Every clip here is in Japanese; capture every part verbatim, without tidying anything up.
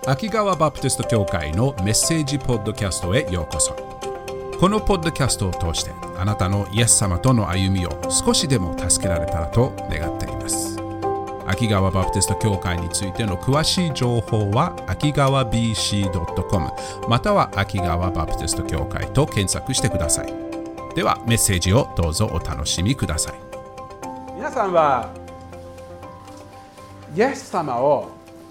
秋川バプテスト教会のメッセージポッドキャストへようこそ。このポッドキャストを通してあなたのイエス様との歩みを少しでも助けられたらと願っています。秋川バプテスト教会についての詳しい情報は秋川 ビーシードットコム または秋川バプテスト教会と検索してください。ではメッセージをどうぞお楽しみください。 皆さんはイエス様を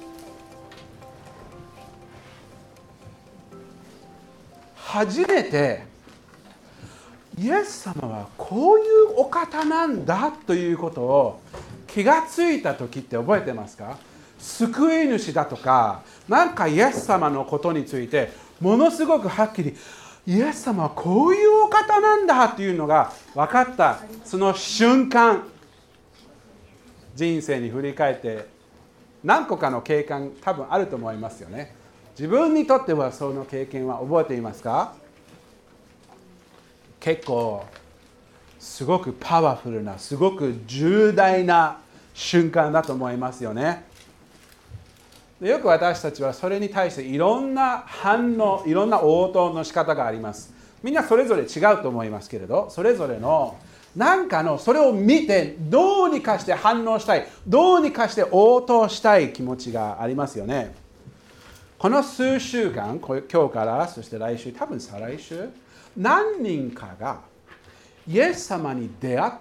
初めてイエス様はこういうお方なんだということを気がついた時って覚えてますか？救い主だとかなんかイエス様のことについてものすごくはっきりイエス様はこういうお方なんだというのが分かったその瞬間、人生に振り返って何個かの経験多分あると思いますよね。自分にとってはその経験は覚えていますか？結構すごくパワフルな、すごく重大な瞬間だと思いますよね。でよく私たちはそれに対していろんな反応、いろんな応答の仕方があります。みんなそれぞれ違うと思いますけれど、それぞれの何かのそれを見てどうにかして反応したい、どうにかして応答したい気持ちがありますよね。この数週間、今日からそして来週、多分再来週、何人かがイエス様に出会って、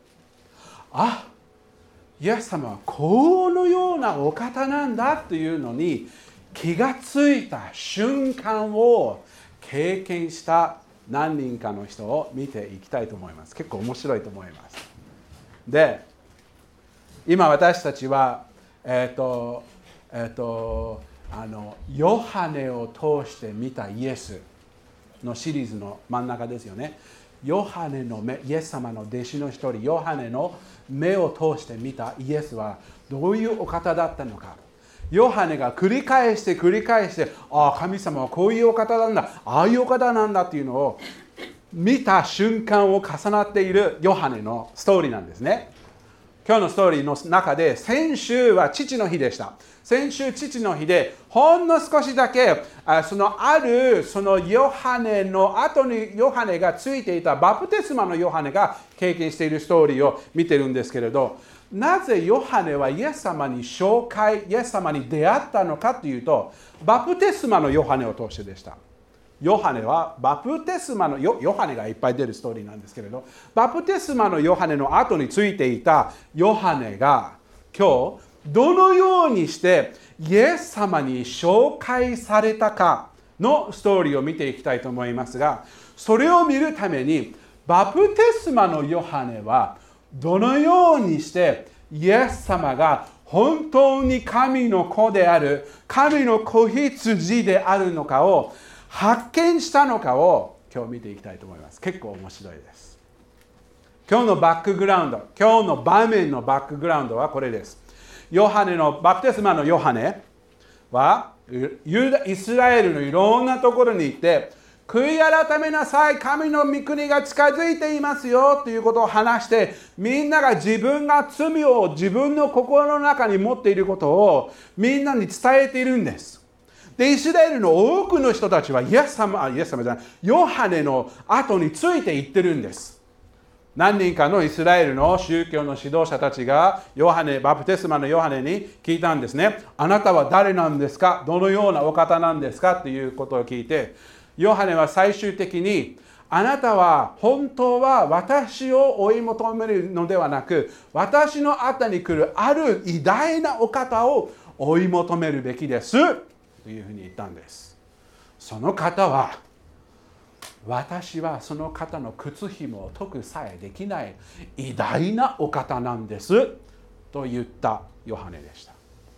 あ、イエス様はこのようなお方なんだというのに気がついた瞬間を経験した何人かの人を見ていきたいと思います。結構面白いと思います。で、今私たちは、えっと、えっと、あのヨハネを通して見たイエスのシリーズの真ん中ですよね。ヨハネの目、イエス様の弟子の一人、ヨハネの目を通して見たイエスはどういうお方だったのか。ヨハネが繰り返して繰り返して、ああ、神様はこういうお方なんだ、ああいうお方なんだっていうのを見た瞬間を重なっているヨハネのストーリーなんですね。今日のストーリーの中で、先週は父の日でした。先週父の日で、ほんの少しだけ、あそのあるそのヨハネの後にヨハネがついていたバプテスマのヨハネが経験しているストーリーを見てるんですけれど、なぜヨハネはイエス様に紹介、イエス様に出会ったのかというと、バプテスマのヨハネを通してでした。ヨハネはバプテスマの ヨ, ヨハネがいっぱい出るストーリーなんですけれど、バプテスマのヨハネの後についていたヨハネが今日どのようにしてイエス様に紹介されたかのストーリーを見ていきたいと思いますが、それを見るためにバプテスマのヨハネはどのようにしてイエス様が本当に神の子である、神の子羊であるのかを発見したのかを今日見ていきたいと思います。結構面白いです。今日のバックグラウンド、今日の場面のバックグラウンドはこれです。ヨハネのバプテスマのヨハネはユダイスラエルのいろんなところに行って、悔い改めなさい、神の御国が近づいていますよということを話して、みんなが自分が罪を自分の心の中に持っていることをみんなに伝えているんです。で、イスラエルの多くの人たちはイエス様、あ、イエス様じゃない、ヨハネの後についていってるんです。何人かのイスラエルの宗教の指導者たちがヨハネ、バプテスマのヨハネに聞いたんですね。あなたは誰なんですか？どのようなお方なんですか？ということを聞いて、ヨハネは最終的に、あなたは本当は私を追い求めるのではなく、私の後に来るある偉大なお方を追い求めるべきですというふうに言ったんです。その方は、私はその方の靴紐を解くさえできない偉大なお方なんですと言ったヨハネでした。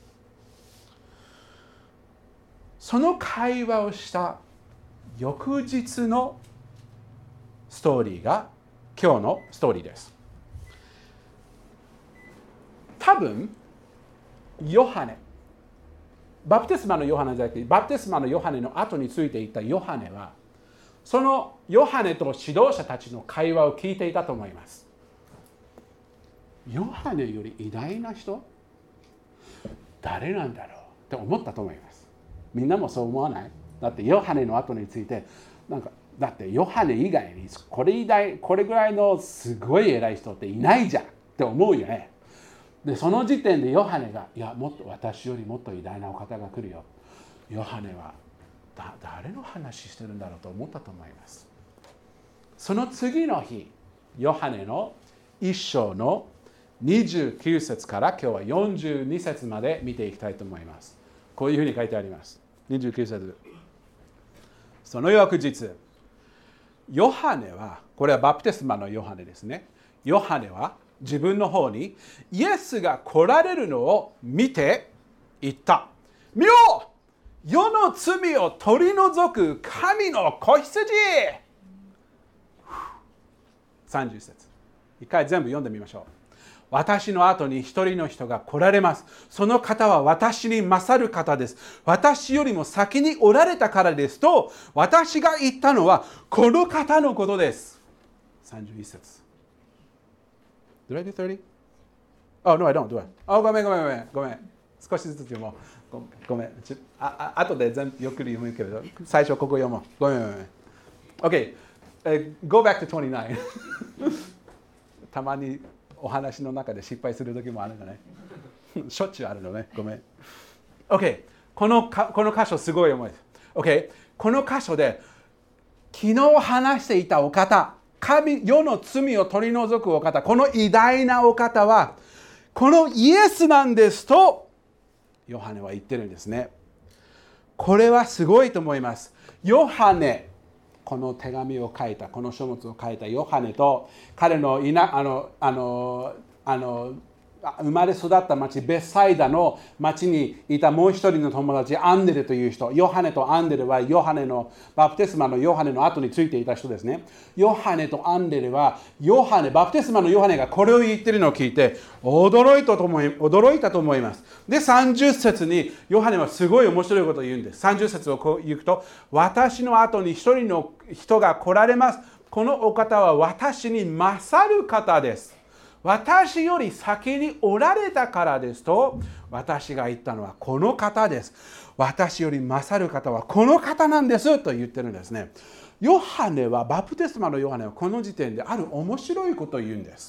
その会話をした翌日のストーリーが今日のストーリーです。多分ヨハネ、バプテスマのヨハネじゃなくて、バプテスマのヨハネの後についていったヨハネは、そのヨハネと指導者たちの会話を聞いていたと思います。ヨハネより偉大な人誰なんだろうって思ったと思います。 みんなもそう思わない？だってヨハネの後についてなんかだってヨハネ以外にこれ以外これぐらいのすごい偉い人っていないじゃんって思うよね。でその時点でヨハネがいやもっと私よりもっと偉大なお方が来るよ。ヨハネはだ誰の話してるんだろうと思ったと思います。その次の日、ヨハネの一章のにじゅうきゅう節から今日はよんじゅうに節まで見ていきたいと思います。こういうふうに書いてあります。にじゅうきゅう節。その翌日、ヨハネは、これはバプテスマのヨハネですね。ヨハネは自分の方にイエスが来られるのを見て言った。見ろ！世の罪を取り除く神の子羊！さんじゅう節。一回全部読んでみましょう。私の後に一人の人が来られます。その方は私に勝る方です。私よりも先におられたからですと、私が言ったのはこの方のことです。さんじゅういち節。Do I do thirty? Oh, no, I don't. Do I? Oh, ごめんごめんごめん。ごめん。少しずつ読もう。ご, ごめん。ああ後で全部ゆっくり読むけど、最初ここ読もう。ごめんごめん。OK、uh, go back to twenty-nine たまにお話の中で失敗する時もあるんだねしょっちゅうあるのね。ごめん。OK、このかこの箇所すごい重いです。OK、この箇所で昨日話していたお方、神世の罪を取り除くお方、この偉大なお方はこのイエスなんですとヨハネは言ってるんですね。これはすごいと思います。ヨハネ、この手紙を書いた、この書物を書いたヨハネと彼のいなあのあのあの生まれ育った町ベサイダの町にいたもう一人の友達アンデレという人、ヨハネとアンデレはヨハネのバプテスマのヨハネの後についていた人ですね。ヨハネとアンデレはヨハネバプテスマのヨハネがこれを言っているのを聞いて驚いたと思い驚いたと思います。でさんじゅう節にヨハネはすごい面白いことを言うんです。さんじゅう節をこう言うと、私の後に一人の人が来られます。このお方は私に勝る方です。私より先におられたからですと、私が言ったのはこの方です。私より勝る方はこの方なんですと言ってるんですね。ヨハネは、バプテスマのヨハネはこの時点である面白いことを言うんです。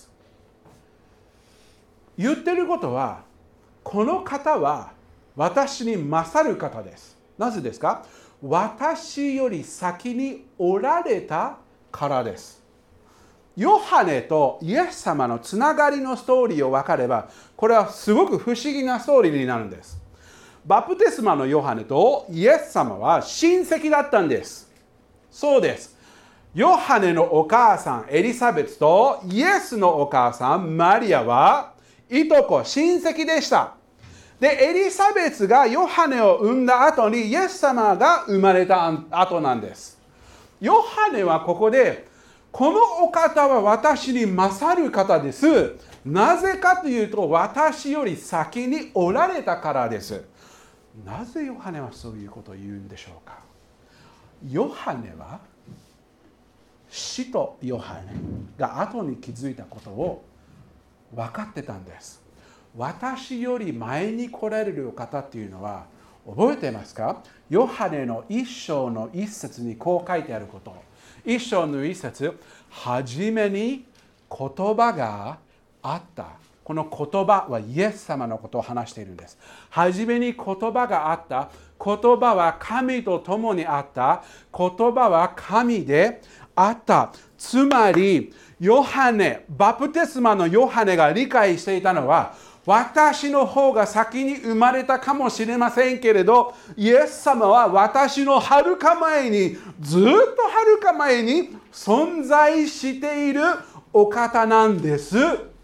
言ってることは、この方は私に勝る方です。なぜですか？私より先におられたからです。ヨハネとイエス様のつながりのストーリーを分かれば、これはすごく不思議なストーリーになるんです。バプテスマのヨハネとイエス様は親戚だったんです。そうです。ヨハネのお母さんエリザベツとイエスのお母さんマリアはいとこ親戚でした。で、エリザベツがヨハネを産んだ後にイエス様が生まれた後なんです。ヨハネはここでこのお方は私に勝る方です。なぜかというと、私より先におられたからです。なぜヨハネはそういうことを言うんでしょうか。ヨハネは、使徒ヨハネが後に気づいたことを分かってたんです。私より前に来られるお方っていうのは、覚えていますか？ヨハネの一章の一節にこう書いてあること。一章の一節、はじめに言葉があった。この言葉はイエス様のことを話しているんです。はじめに言葉があった。言葉は神と共にあった。言葉は神であった。つまり、ヨハネ、バプテスマのヨハネが理解していたのは、私の方が先に生まれたかもしれませんけれど、イエス様は私のはるか前に、ずっとはるか前に存在しているお方なんです。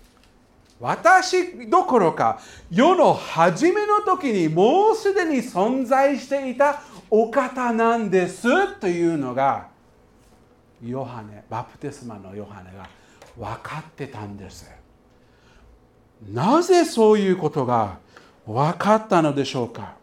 私どころか、世の初めの時にもうすでに存在していたお方なんですというのが、ヨハネ、バプテスマのヨハネが分かってたんです。なぜそういうことが分かったのでしょうか。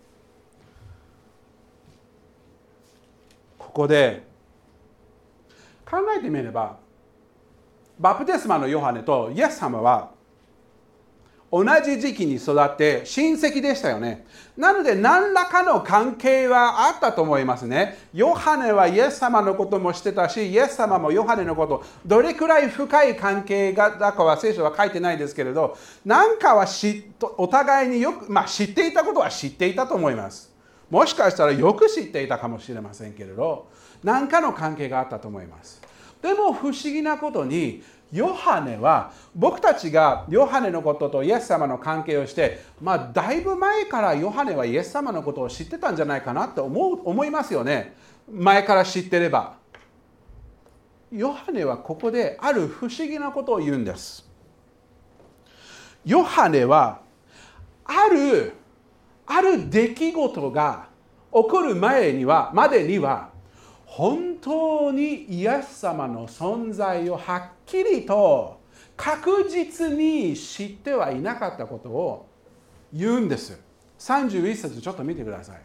ここで考えてみれば、バプテスマのヨハネとイエス様は同じ時期に育って親戚でしたよね。なので何らかの関係はあったと思いますね。ヨハネはイエス様のことも知ってたし、イエス様もヨハネのこと、どれくらい深い関係がだかは聖書は書いてないですけれど、何かは知お互いによく、まあ、知っていたことは知っていたと思います。もしかしたらよく知っていたかもしれませんけれど、何かの関係があったと思います。でも不思議なことに、ヨハネは僕たちがヨハネのこととイエス様の関係をして、まあ、だいぶ前からヨハネはイエス様のことを知ってたんじゃないかなと思う思いますよね。前から知ってれば。ヨハネはここである不思議なことを言うんです。ヨハネはあるある出来事が起こる前にはまでには本当にイエス様の存在をはっきりと確実に知ってはいなかったことを言うんです。さんじゅういっ節ちょっと見てください。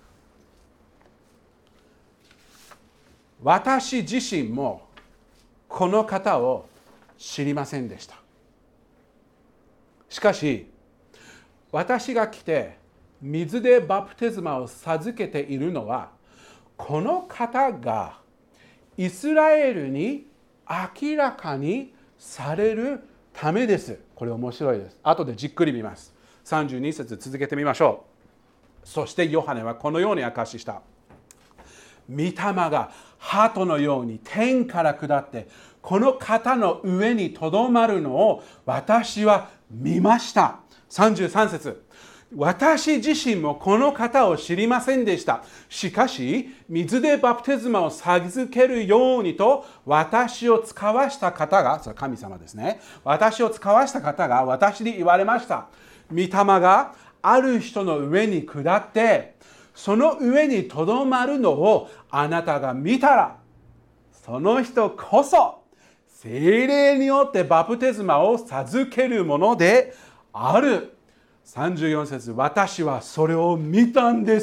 私自身もこの方を知りませんでした。しかし私が来て水でバプテスマを授けているのはこの方がイスラエルに明らかにされるためです。これ面白いです。後でじっくり見ます。さんじゅうに節続けてみましょう。そしてヨハネはこのように証しした。御霊が鳩のように天から下ってこの方の上にとどまるのを私は見ました。さんじゅうさん節。私自身もこの方を知りませんでした。しかし、水でバプテスマを授けるようにと私を使わした方が、それは神様ですね。私を使わした方が私に言われました。御霊がある人の上に下って、その上にとどまるのをあなたが見たら、その人こそ聖霊によってバプテスマを授けるものである。さんじゅうよん節、私はそれを見たんです。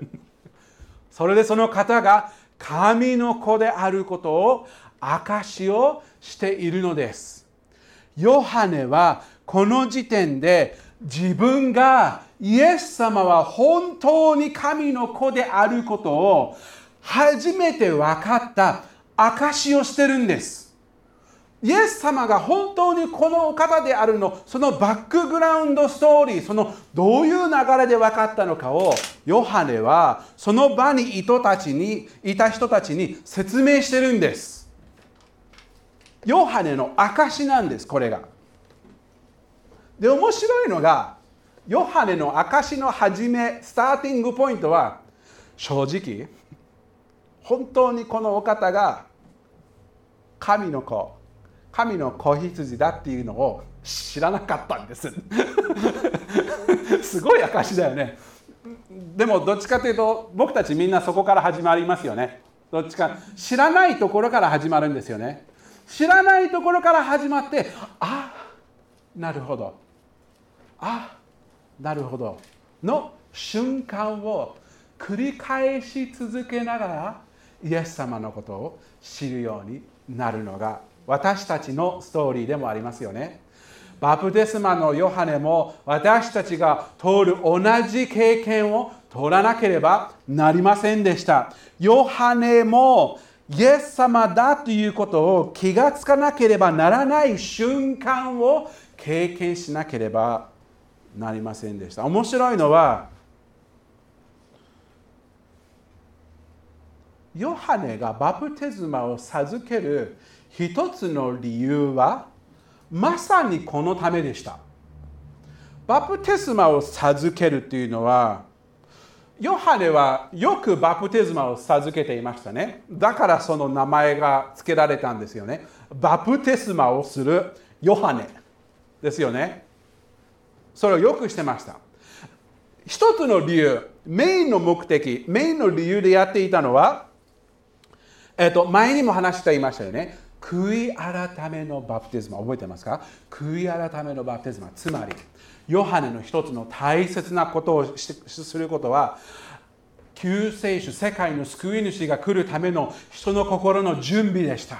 それでその方が神の子であることを証しをしているのです。ヨハネはこの時点で自分がイエス様は本当に神の子であることを初めて分かった証しをしてるんです。イエス様が本当にこのお方であるの、そのバックグラウンドストーリー、そのどういう流れで分かったのかをヨハネはその場にいた人たちにいた人たちに説明してるんです。ヨハネの証なんです、これが。で、面白いのが、ヨハネの証の始め、スターティングポイントは、正直、本当にこのお方が神の子、神の子羊だっていうのを知らなかったんです。すごい証だよね。でもどっちかというと僕たちみんなそこから始まりますよね。どっちか知らないところから始まるんですよね。知らないところから始まって、あ、なるほど、あ、なるほどの瞬間を繰り返し続けながらイエス様のことを知るようになるのが私たちのストーリーでもありますよね。バプテスマのヨハネも私たちが通る同じ経験を通らなければなりませんでした。ヨハネもイエス様だということを気がつかなければならない瞬間を経験しなければなりませんでした。面白いのは、ヨハネがバプテスマを授ける一つの理由はまさにこのためでした。バプテスマを授けるというのは、ヨハネはよくバプテスマを授けていましたね。だからその名前が付けられたんですよね。バプテスマをするヨハネですよね。それをよくしてました。一つの理由、メインの目的、メインの理由でやっていたのは、えっと、前にも話していましたよね。悔い改めのバプテスマ、覚えてますか？悔い改めのバプテスマ、つまりヨハネの一つの大切なことをすることは、救世主、世界の救い主が来るための人の心の準備でした。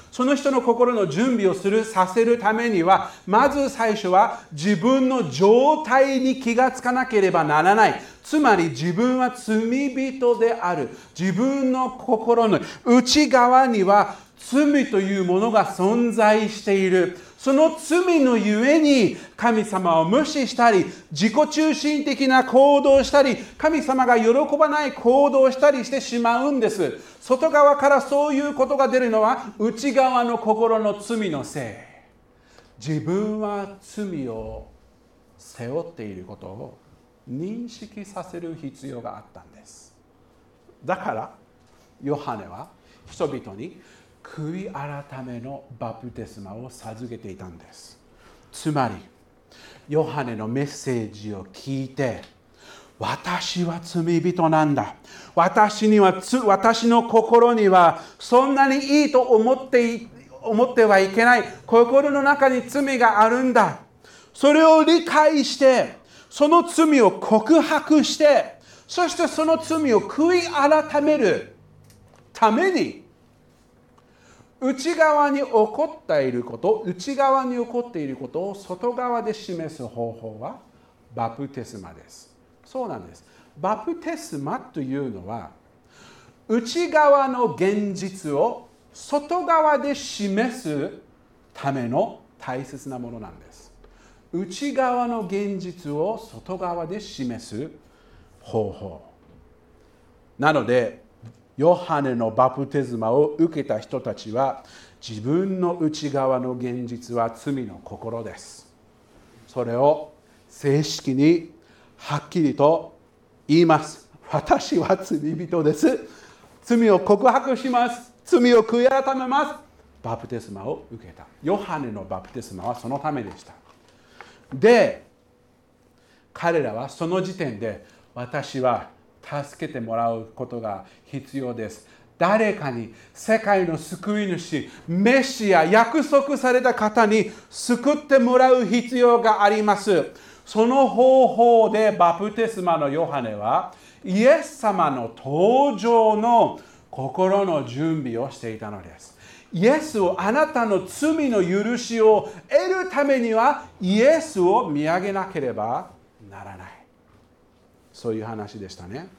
その人の心の準備をする、させるためには、まず最初は自分の状態に気がつかなければならない。つまり自分は罪人である。自分の心の内側には罪というものが存在している。その罪のゆえに神様を無視したり、自己中心的な行動をしたり、神様が喜ばない行動をしたりしてしまうんです。外側からそういうことが出るのは内側の心の罪のせい。自分は罪を背負っていることを認識させる必要があったんです。だからヨハネは人々に悔い改めのバプテスマを授けていたんです。つまりヨハネのメッセージを聞いて、私は罪人なんだ、私には私の心にはそんなにいいと思って思ってはいけない、心の中に罪があるんだ、それを理解してその罪を告白して、そしてその罪を悔い改めるために、内側に起こっていること、内側に起こっていることを外側で示す方法はバプテスマです。そうなんです。バプテスマというのは、内側の現実を外側で示すための大切なものなんです。内側の現実を外側で示す方法。なので、ヨハネのバプテスマを受けた人たちは、自分の内側の現実は罪の心です。それを正式にはっきりと言います。私は罪人です。罪を告白します。罪を悔い改めます。バプテスマを受けた。ヨハネのバプテスマはそのためでした。で、彼らはその時点で、私は助けてもらうことが必要です。誰かに、世界の救い主、メシア、約束された方に救ってもらう必要があります。その方法でバプテスマのヨハネは、イエス様の登場の心の準備をしていたのです。イエスを、あなたの罪の許しを得るためには、イエスを見上げなければならない。そういう話でしたね。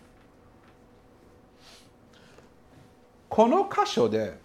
この箇所で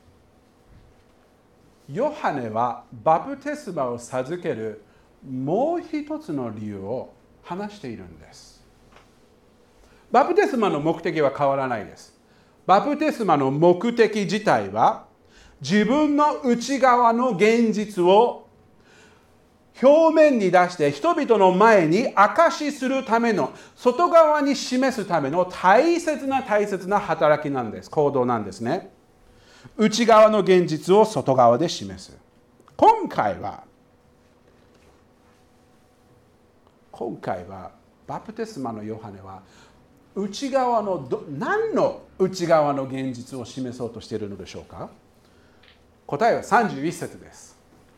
ヨハネはバプテスマを授けるもう一つの理由を話しているんです。バプテスマの目的は変わらないです。バプテスマの目的自体は、自分の内側の現実を表面に出して人々の前に証しするための、外側に示すための大切な大切な働きなんです。行動なんですね。内側の現実を外側で示す。今回は今回はバプテスマのヨハネは内側のど何の内側の現実を示そうとしているのでしょうか。答えはさんじゅういっ節です。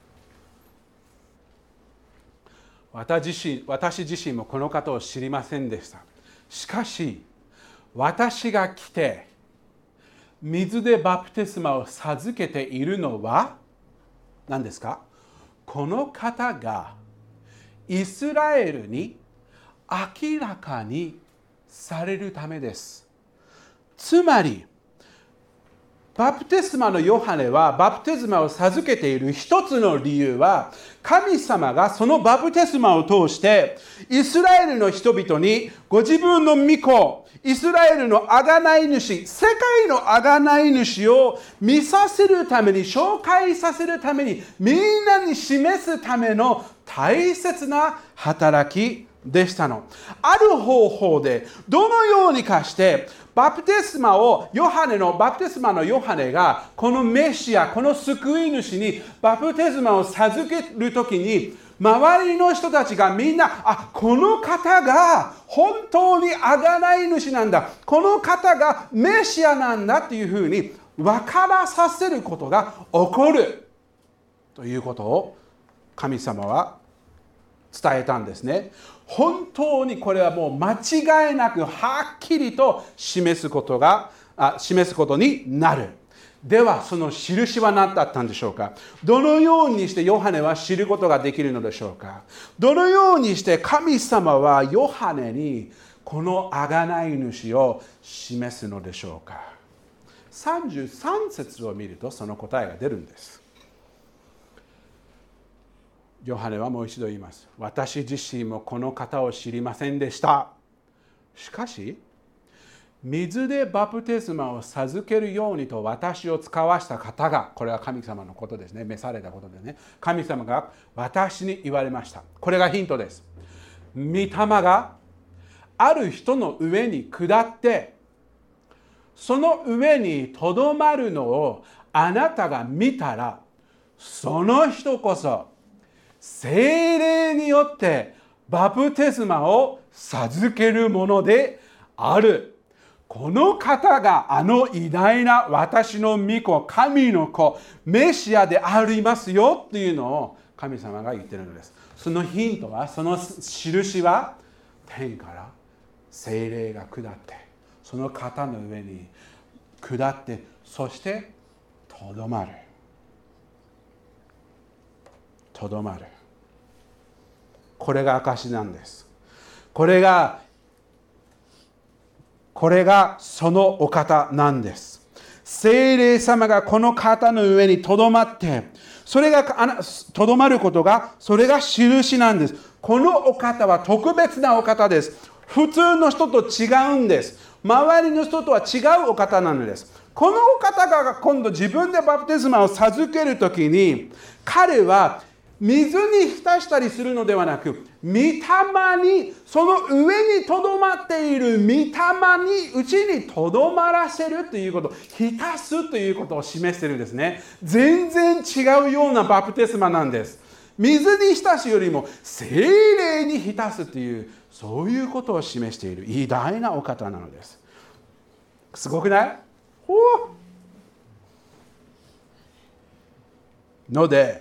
私自身、私自身もこの方を知りませんでした。しかし、私が来て、水でバプテスマを授けているのは、何ですか？この方がイスラエルに明らかにされるためです。つまり、バプテスマのヨハネはバプテスマを授けている一つの理由は、神様がそのバプテスマを通してイスラエルの人々にご自分の御子、イスラエルの贖い主、世界の贖い主を見させるために、紹介させるために、みんなに示すための大切な働きでしたの。ある方法でどのようにかしてバプテスマをヨハネのバプテスマのヨハネがこのメシア、この救い主にバプテスマを授けるときに、周りの人たちがみんな、あ、この方が本当に贖い主なんだ、この方がメシアなんだっていうふうに分からさせることが起こるということを神様は伝えたんですね。本当にこれはもう間違いなくはっきりと示すことがあ示すことになる。 ではその印は何だったんでしょうか。どのようにしてヨハネは知ることができるのでしょうか。どのようにして神様はヨハネにこの贖い主を示すのでしょうか。さんじゅうさん節を見るとその答えが出るんです。ヨハネはもう一度言います。私自身もこの方を知りませんでした。しかし水でバプテスマを授けるようにと私を使わした方が、これは神様のことですね、召されたことでね、神様が私に言われました。これがヒントです。御霊がある人の上に下って、その上にとどまるのをあなたが見たら、その人こそ聖霊によってバプテスマを授けるものである。この方があの偉大な私の御子、神の子、メシアでありますよっていうのを神様が言っているのです。そのヒントは、その印は、天から聖霊が下って、その方の上に下って、そしてとどまる。とどまる。これが証なんです。これがこれがそのお方なんです。聖霊様がこの方の上にとどまって、それがとどまることが、それが印なんです。このお方は特別なお方です。普通の人と違うんです。周りの人とは違うお方なのです。このお方が今度自分でバプテスマを授けるときに、彼は水に浸したりするのではなく、御霊に、その上にとどまっている御霊にうちにとどまらせるということ、浸すということを示しているんですね。全然違うようなバプテスマなんです。水に浸すよりも聖霊に浸すという、そういうことを示している偉大なお方なのです。すごくない？ほうので、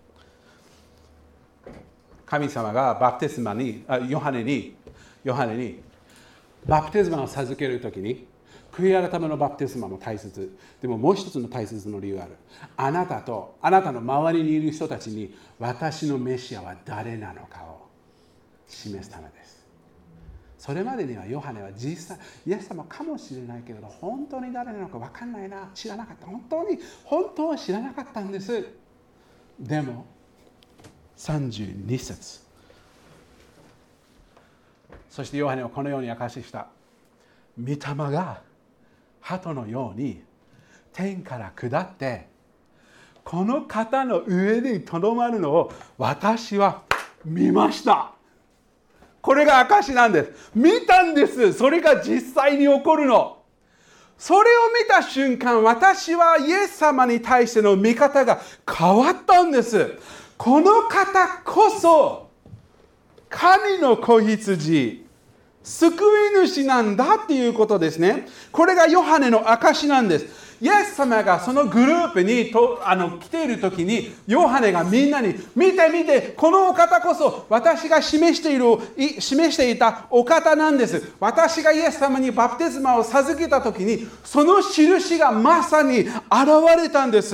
神様がバプテスマに、あヨハネに、ヨハネにバプテスマを授けるときに、悔い改めのバプテスマも大切。でももう一つの大切な理由がある。あなたと、あなたの周りにいる人たちに、私のメシアは誰なのかを示すためです。それまでにはヨハネは実際、イエス様かもしれないけれど、本当に誰なのか分かんないな、知らなかった。本当に、本当は知らなかったんです。でも、さんじゅうに節、そしてヨハネはこのように証しした。御霊が鳩のように天から下ってこの方の上にとどまるのを私は見ました。これが証なんです。見たんです。それが実際に起こるの。それを見た瞬間、私はイエス様に対しての見方が変わったんです。この方こそ神の子羊、救い主なんだっていうことですね。これがヨハネの証なんです。イエス様がそのグループにとあの来ている時に、ヨハネがみんなに見て見て、このお方こそ私が示している示していたお方なんです。私がイエス様にバプテスマを授けた時に、その印がまさに現れたんです。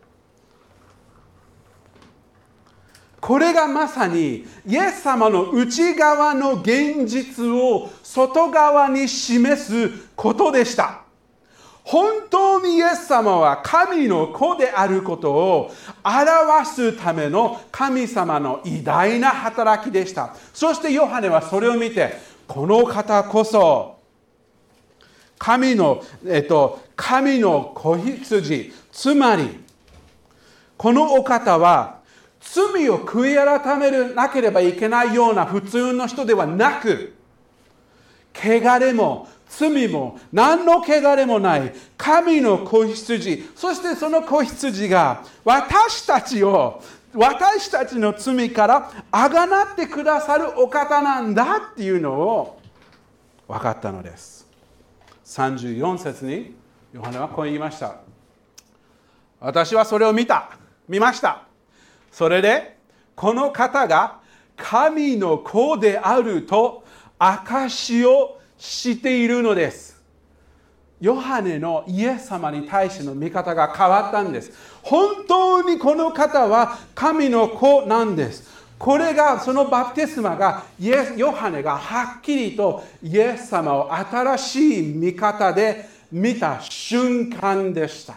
これがまさにイエス様の内側の現実を外側に示すことでした。本当にイエス様は神の子であることを表すための神様の偉大な働きでした。そしてヨハネはそれを見て、この方こそ神の、えっと、神の子羊、つまりこのお方は罪を悔い改めなければいけないような普通の人ではなく、汚れも罪も何の汚れもない神の子羊、そしてその子羊が私たちを私たちの罪からあがなってくださるお方なんだっていうのを分かったのです。さんじゅうよん節にヨハネはこう言いました。私はそれを見た見ましたそれでこの方が神の子であると証しをしているのです。 ヨハネのイエス様に対しての見方が変わったんです。本当にこの方は神の子なんです。これが、そのバプテスマが、イエスヨハネがはっきりとイエス様を新しい見方で見た瞬間でした。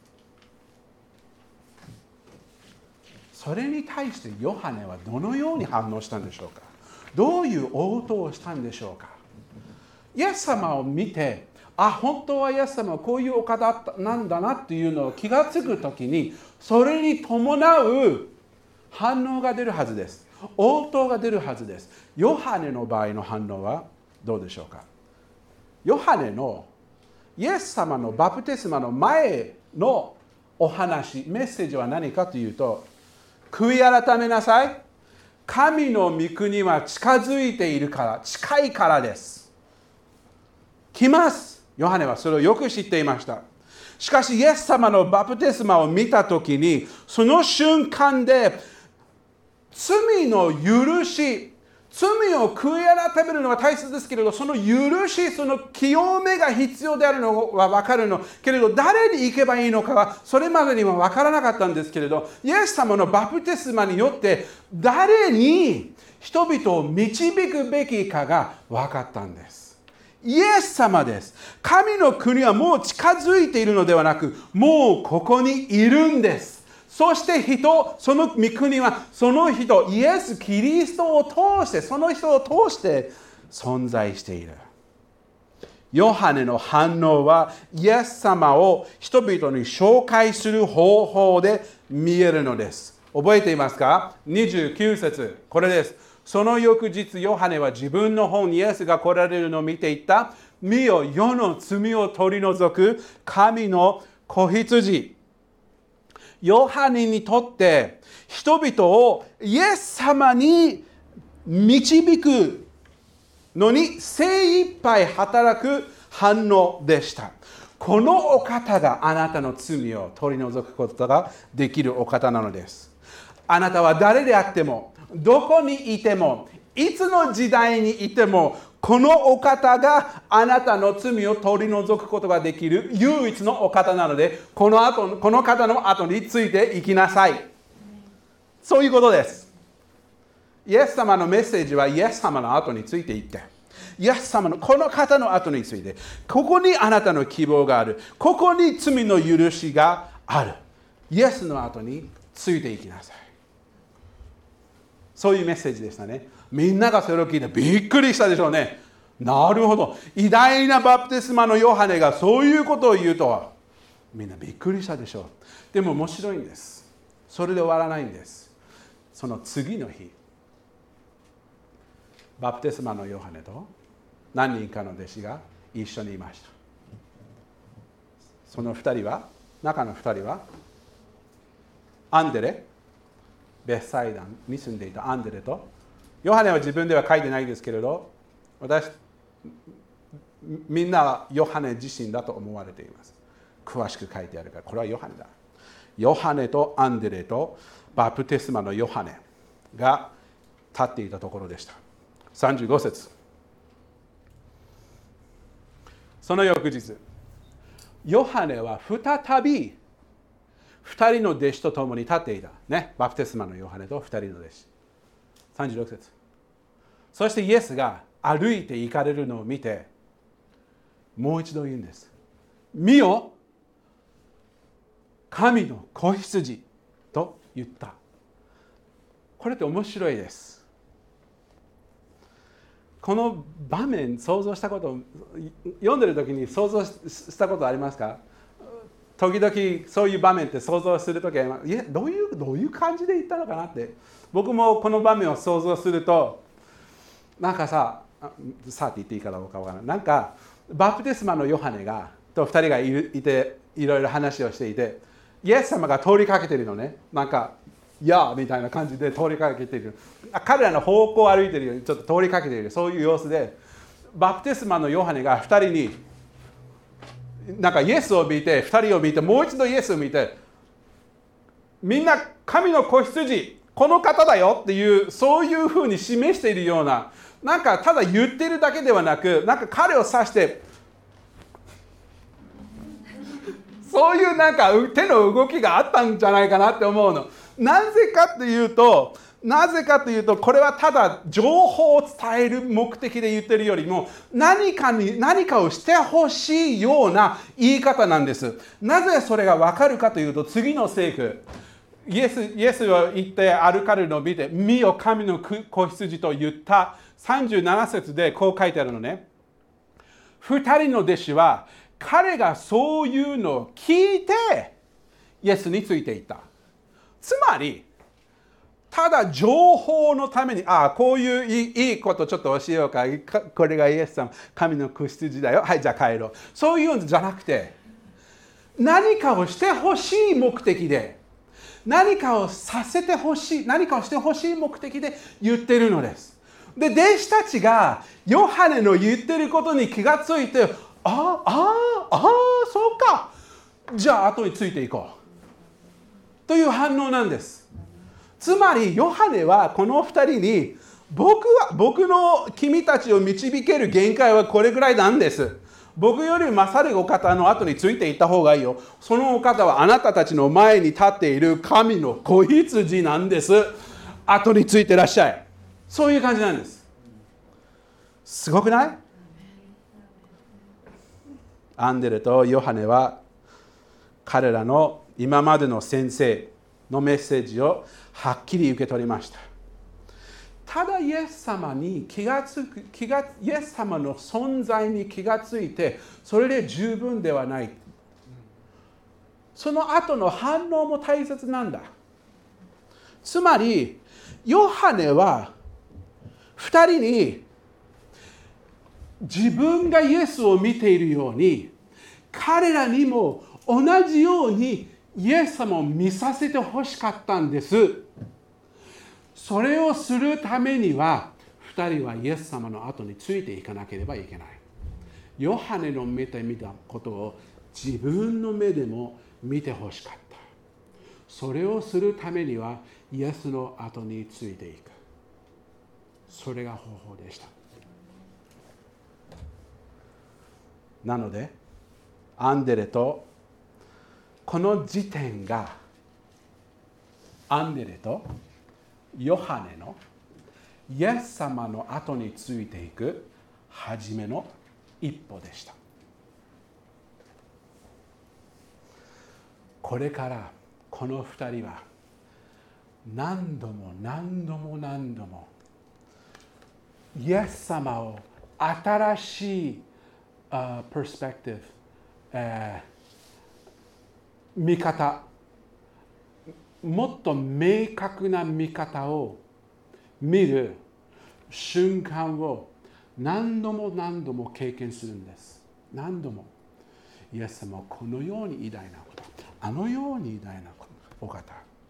それに対してヨハネはどのように反応したんでしょうか。どういう応答をしたんでしょうか。イエス様を見て、あ、本当はイエス様はこういうお方なんだなっていうのを気がつくときに、それに伴う反応が出るはずです。応答が出るはずです。ヨハネの場合の反応はどうでしょうか。ヨハネのイエス様のバプテスマの前のお話、メッセージは何かというと、悔い改めなさい。神の御国は近づいているから、近いからです。来ます。ヨハネはそれをよく知っていました。しかし、イエス様のバプテスマを見たときに、その瞬間で、罪の許し、罪を悔い改めるのが大切ですけれど、その許し、その清めが必要であるのは分かるのけれど、誰に行けばいいのかはそれまでには分からなかったんですけれど、イエス様のバプテスマによって誰に人々を導くべきかが分かったんです。イエス様です。神の国はもう近づいているのではなく、もうここにいるんです。そして人、その御国はその人、イエス・キリストを通して、その人を通して存在している。ヨハネの反応は、イエス様を人々に紹介する方法で見えるのです。覚えていますか？にじゅうきゅう節、これです。その翌日、ヨハネは自分の方にイエスが来られるのを見ていった。見よ、世の罪を取り除く神の子羊。ヨハネにとって人々をイエス様に導くのに精一杯働く反応でした。このお方があなたの罪を取り除くことができるお方なのです。あなたは誰であっても、どこにいても、いつの時代にいても、このお方があなたの罪を取り除くことができる唯一のお方なので、この後、この方の後についていきなさい。そういうことです。イエス様のメッセージはイエス様の後についていって、イエス様のこの方の後について、ここにあなたの希望がある。ここに罪の許しがある。イエスの後についていきなさい。そういうメッセージでしたね。みんながそれを聞いてびっくりしたでしょうね。なるほど。偉大なバプテスマのヨハネがそういうことを言うとは、みんなびっくりしたでしょう。でも面白いんです。それで終わらないんです。その次の日、バプテスマのヨハネと何人かの弟子が一緒にいました。その二人は、中の二人は、アンデレ、ベサイダに住んでいたアンデレと、ヨハネは自分では書いてないですけれど、私、みんなはヨハネ自身だと思われています。詳しく書いてあるから、これはヨハネだ。ヨハネとアンデレとバプテスマのヨハネが立っていたところでした。さんじゅうご節。その翌日、ヨハネは再び二人の弟子と共に立っていた。ね、バプテスマのヨハネと二人の弟子。さんじゅうろく節。そしてイエスが歩いて行かれるのを見て、もう一度言うんです。見よ、神の子羊と言った。これって面白いです。この場面、想像したこと、読んでる時に想像したことありますか？時々そういう場面って想像するときは、いや、どういう、どういう感じで言ったのかなって。僕もこの場面を想像すると、なんかさ、さあって言っていいかどうかわからない。なんか、バプテスマのヨハネが、と二人がいるいて、いろいろ話をしていて、イエス様が通りかけているのね。なんか、いやーみたいな感じで通りかけている。彼らの方向を歩いているようにちょっと通りかけている。そういう様子で、バプテスマのヨハネが二人に、なんかイエスを見て、二人を見て、もう一度イエスを見て、みんな神の子羊、この方だよっていう、そういうふうに示しているような、なんかただ言っているだけではなく、なんか彼を指して、 そういうなんか手の動きがあったんじゃないかなって思うの。なぜかというと、なぜかというと、これはただ情報を伝える目的で言ってるよりも、何かに、何かをしてほしいような言い方なんです。なぜそれがわかるかというと、次の聖句。イエス、イエスは言って歩かれるのを見て、見よ神の子羊と言ったさんじゅうなな節でこう書いてあるのね。二人の弟子は彼がそういうのを聞いてイエスについていった。つまり、ただ情報のために、ああ、こういういい、いいことちょっと教えようか。これがイエスさん、神の子羊だよ。はい、じゃあ帰ろう。そういうんじゃなくて、何かをしてほしい目的で、何かをさせてほしい、何かをしてほしい目的で言ってるのです。で、弟子たちがヨハネの言ってることに気がついて、ああ、ああ、ああ、そうか。じゃあ後についていこう。という反応なんです。つまり、ヨハネはこの二人に、僕は、僕の君たちを導ける限界はこれぐらいなんです。僕より勝るお方の後についていった方がいいよ。そのお方はあなたたちの前に立っている神の子羊なんです。後についてらっしゃい。そういう感じなんです。すごくない？アンデレとヨハネは彼らの今までの先生のメッセージをはっきり受け取りました。ただイエス様に気がつく、気が、イエス様の存在に気がついて、それで十分ではない。その後の反応も大切なんだ。つまり、ヨハネは二人に自分がイエスを見ているように、彼らにも同じようにイエス様を見させてほしかったんです。それをするためには、二人はイエス様の後についていかなければいけない。ヨハネの目で見たことを自分の目でも見てほしかった。それをするためには、イエスの後についていく。それが方法でした。なので、アンデレとこの時点がアンデレとヨハネのイエス様の後についていく初めの一歩でした。これからこの二人は何度も何度も何度もイエス様を新しいUh, perspective、uh, 見方、もっと明確な見方を見る瞬間を何度も何度も経験するんです。何度もイエス様はこのように偉大なこと、あのように偉大なお方。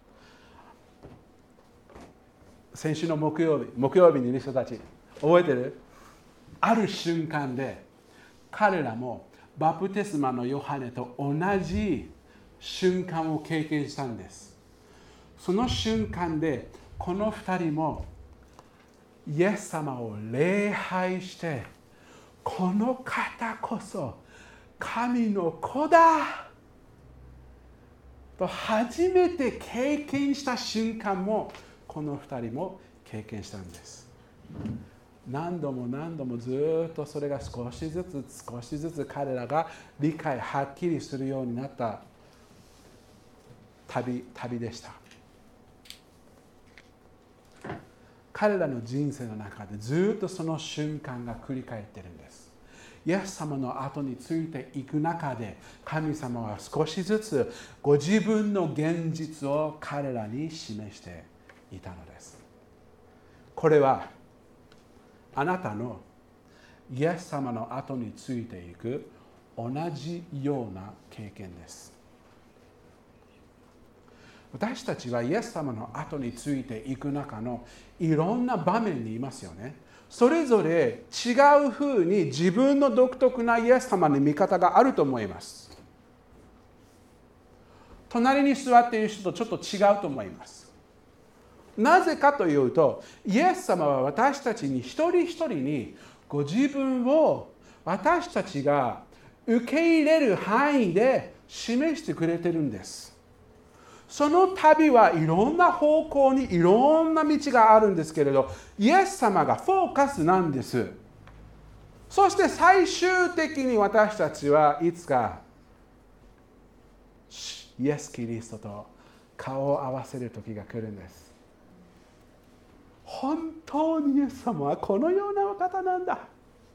先週の木曜日、木曜日にいる人たち覚えてる？ある瞬間で彼らもバプテスマのヨハネと同じ瞬間を経験したんです。その瞬間でこの二人もイエス様を礼拝して、この方こそ神の子だと初めて経験した瞬間もこの二人も経験したんです。何度も何度もずっとそれが少しずつ少しずつ彼らが理解はっきりするようになった旅、旅でした。彼らの人生の中でずっとその瞬間が繰り返っているんです。イエス様の後についていく中で、神様は少しずつご自分の現実を彼らに示していたのです。これはあなたのイエス様の後についていく同じような経験です。私たちはイエス様の後についていく中のいろんな場面にいますよね。それぞれ違うふうに自分の独特なイエス様の見方があると思います。隣に座っている人とちょっと違うと思います。なぜかというと、イエス様は私たちに一人一人にご自分を私たちが受け入れる範囲で示してくれてるんです。その旅はいろんな方向にいろんな道があるんですけれど、イエス様がフォーカスなんです。そして最終的に私たちはいつかイエス・キリストと顔を合わせる時が来るんです。本当にイエス様はこのようなお方なんだ。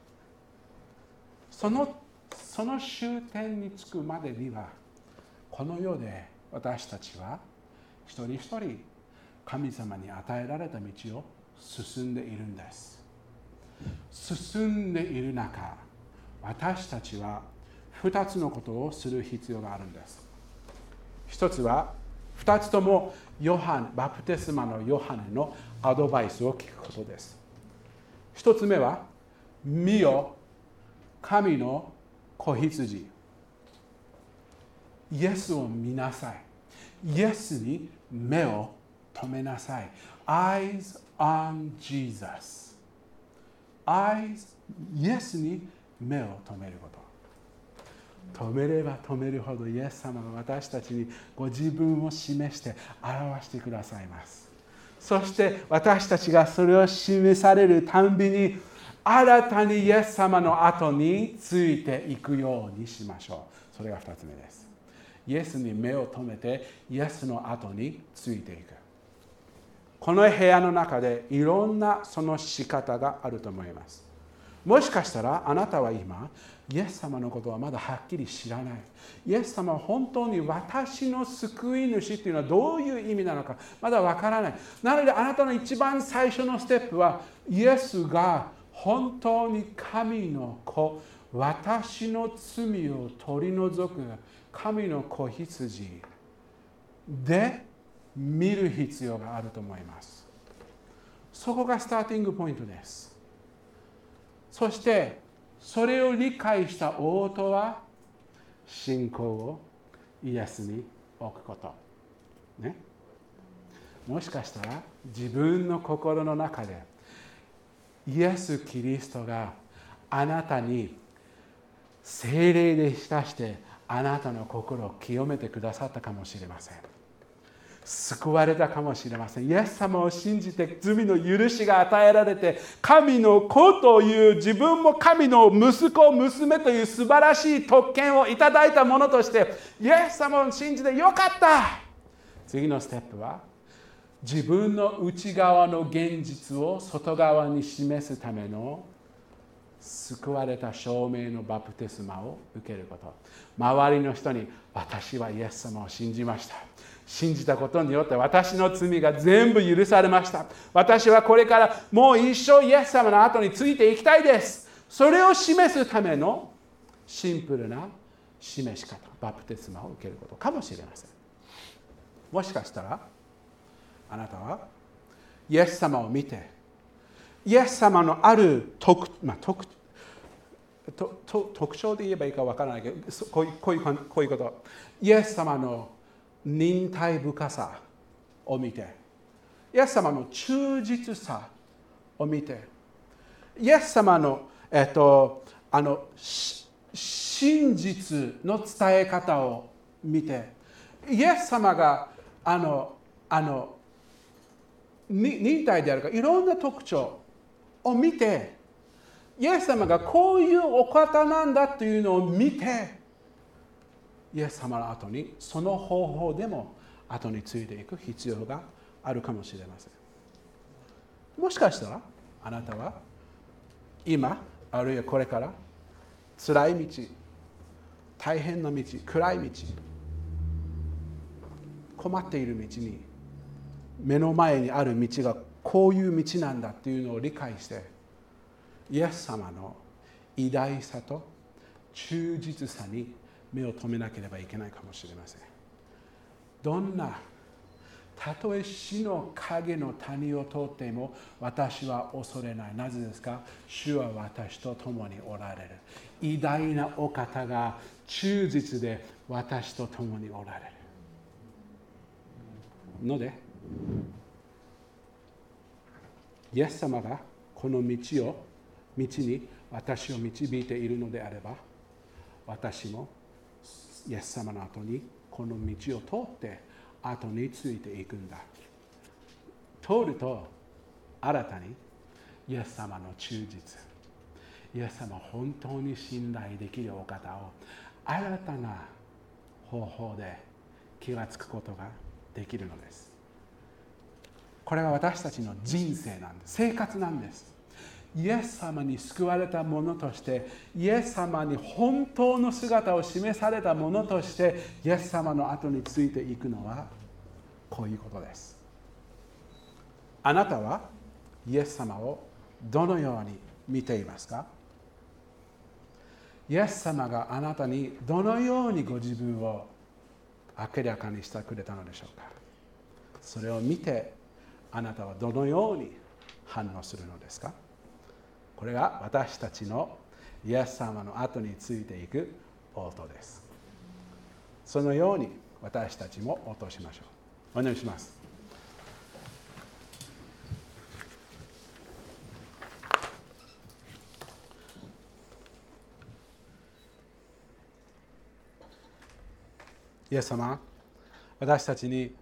その、その終点に着くまでには、この世で私たちは一人一人神様に与えられた道を進んでいるんです。進んでいる中、私たちは二つのことをする必要があるんです。一つは、二つともヨハネ、バプテスマのヨハネのアドバイスを聞くことです。一つ目は、見よ、神の子羊。イエスを見なさい。イエスに目を留めなさい。Eyes on Jesus。Eyes、イエスに目を留めること。止めれば止めるほどイエス様が私たちにご自分を示して表してくださいます。そして私たちがそれを示されるたんびに新たにイエス様の後についていくようにしましょう。それがふたつめです。イエスに目を留めてイエスの後についていく。この部屋の中でいろんなその仕方があると思います。もしかしたらあなたは今イエス様のことはまだはっきり知らない。イエス様は本当に私の救い主というのはどういう意味なのかまだわからない。なのであなたの一番最初のステップは、イエスが本当に神の子、私の罪を取り除く神の子羊で見る必要があると思います。そこがスターティングポイントです。そしてそれを理解した応答は、信仰をイエスに置くこと、ね、もしかしたら自分の心の中でイエス・キリストがあなたに聖霊で浸してあなたの心を清めてくださったかもしれません。救われたかもしれません。イエス様を信じて罪の許しが与えられて、神の子という自分も神の息子娘という素晴らしい特権をいただいたものとして、イエス様を信じてよかった。次のステップは、自分の内側の現実を外側に示すための救われた証明のバプテスマを受けること。周りの人に、私はイエス様を信じました。信じたことによって私の罪が全部許されました。私はこれからもう一生イエス様の後についていきたいです。それを示すためのシンプルな示し方、バプテスマを受けることかもしれません。もしかしたらあなたはイエス様を見て、イエス様のある 特,、まあ、特, とと特徴で言えばいいかわからないけど、こういうこういうこういうこと、イエス様の忍耐深さを見て、イエス様の忠実さを見て、イエス様の、えっと、あの真実の伝え方を見て、イエス様があのあの忍耐であるかいろんな特徴を見て、イエス様がこういうお方なんだというのを見て、イエス様の後にその方法でも後についていく必要があるかもしれません。もしかしたらあなたは今あるいはこれから辛い道、大変な道、暗い道、困っている道に、目の前にある道がこういう道なんだっていうのを理解して、イエス様の偉大さと忠実さに目を留めなければいけないかもしれません。どんなたとえ死の影の谷を通っても私は恐れない。なぜですか？主は私と共におられる。偉大なお方が忠実で私と共におられるので、イエス様がこの道を道に私を導いているのであれば、私もイエス様の後にこの道を通って後についていくんだ。通ると新たにイエス様の忠実、イエス様本当に信頼できるお方を新たな方法で気がつくことができるのです。これは私たちの人生なんです。生活なんです。イエス様に救われたものとして、イエス様に本当の姿を示されたものとして、イエス様の後についていくのはこういうことです。あなたはイエス様をどのように見ていますか？イエス様があなたにどのようにご自分を明らかにしてくれたのでしょうか？それを見てあなたはどのように反応するのですか？これが私たちのイエス様の後についていく応答です。そのように私たちも応答しましょう。お願いします。イエス様、私たちに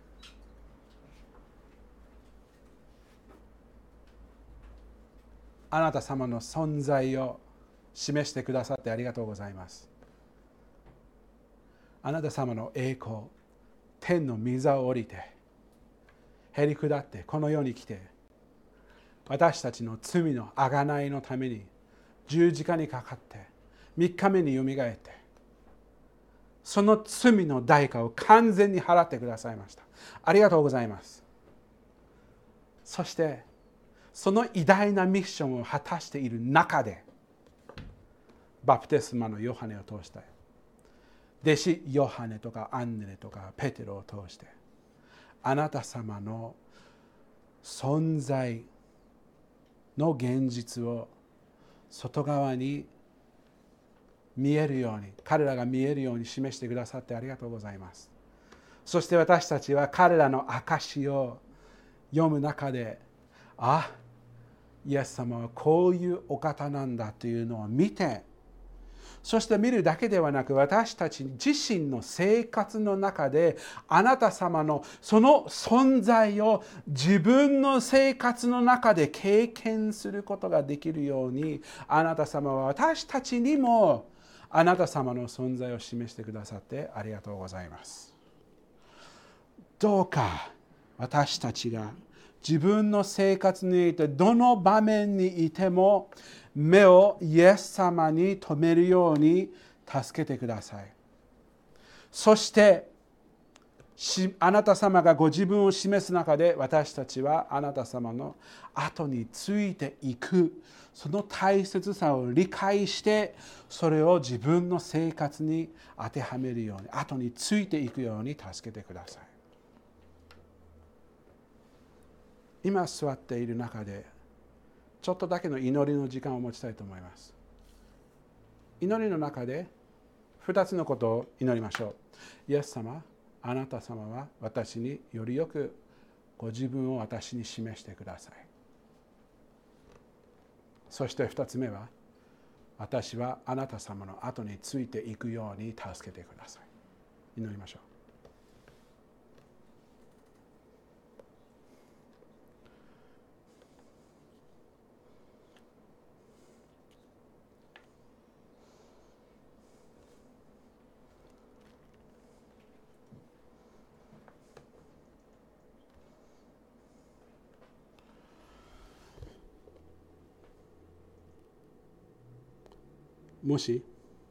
あなた様の存在を示してくださってありがとうございます。あなた様の栄光、天の御座を降りて、へり下ってこの世に来て、私たちの罪の贖いのために十字架にかかって、三日目によみがえって、その罪の代価を完全に払ってくださいました。ありがとうございます。そして、その偉大なミッションを果たしている中で、バプテスマのヨハネを通して、弟子ヨハネとかアンネレとかペテロを通して、あなた様の存在の現実を外側に見えるように、彼らが見えるように示してくださってありがとうございます。そして私たちは彼らの証を読む中で、あ、イエス様はこういうお方なんだというのを見て、そして見るだけではなく、私たち自身の生活の中であなた様のその存在を自分の生活の中で経験することができるように、あなた様は私たちにもあなた様の存在を示してくださってありがとうございます。どうか私たちが自分の生活においてどの場面にいても目をイエス様に留めるように助けてください。そしてあなた様がご自分を示す中で、私たちはあなた様の後についていく、その大切さを理解して、それを自分の生活に当てはめるように、後についていくように助けてください。今座っている中でちょっとだけの祈りの時間を持ちたいと思います。祈りの中でふたつのことを祈りましょう。イエス様、あなた様は私によりよくご自分を私に示してください。そしてふたつめは、私はあなた様の後についていくように助けてください。祈りましょう。もし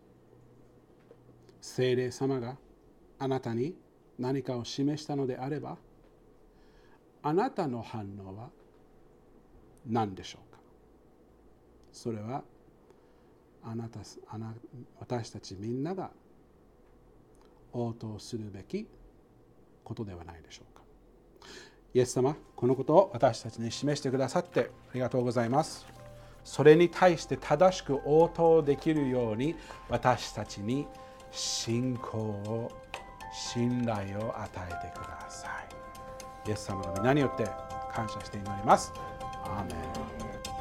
聖霊様があなたに何かを示したのであれば、あなたの反応は何でしょうか？それはあなた、あな私たちみんなが応答するべきことではないでしょうか。イエス様、このことを私たちに示してくださってありがとうございます。それに対して正しく応答できるように、私たちに信仰を、信頼を与えてください。イエス様の皆によって感謝して祈ります。アーメン。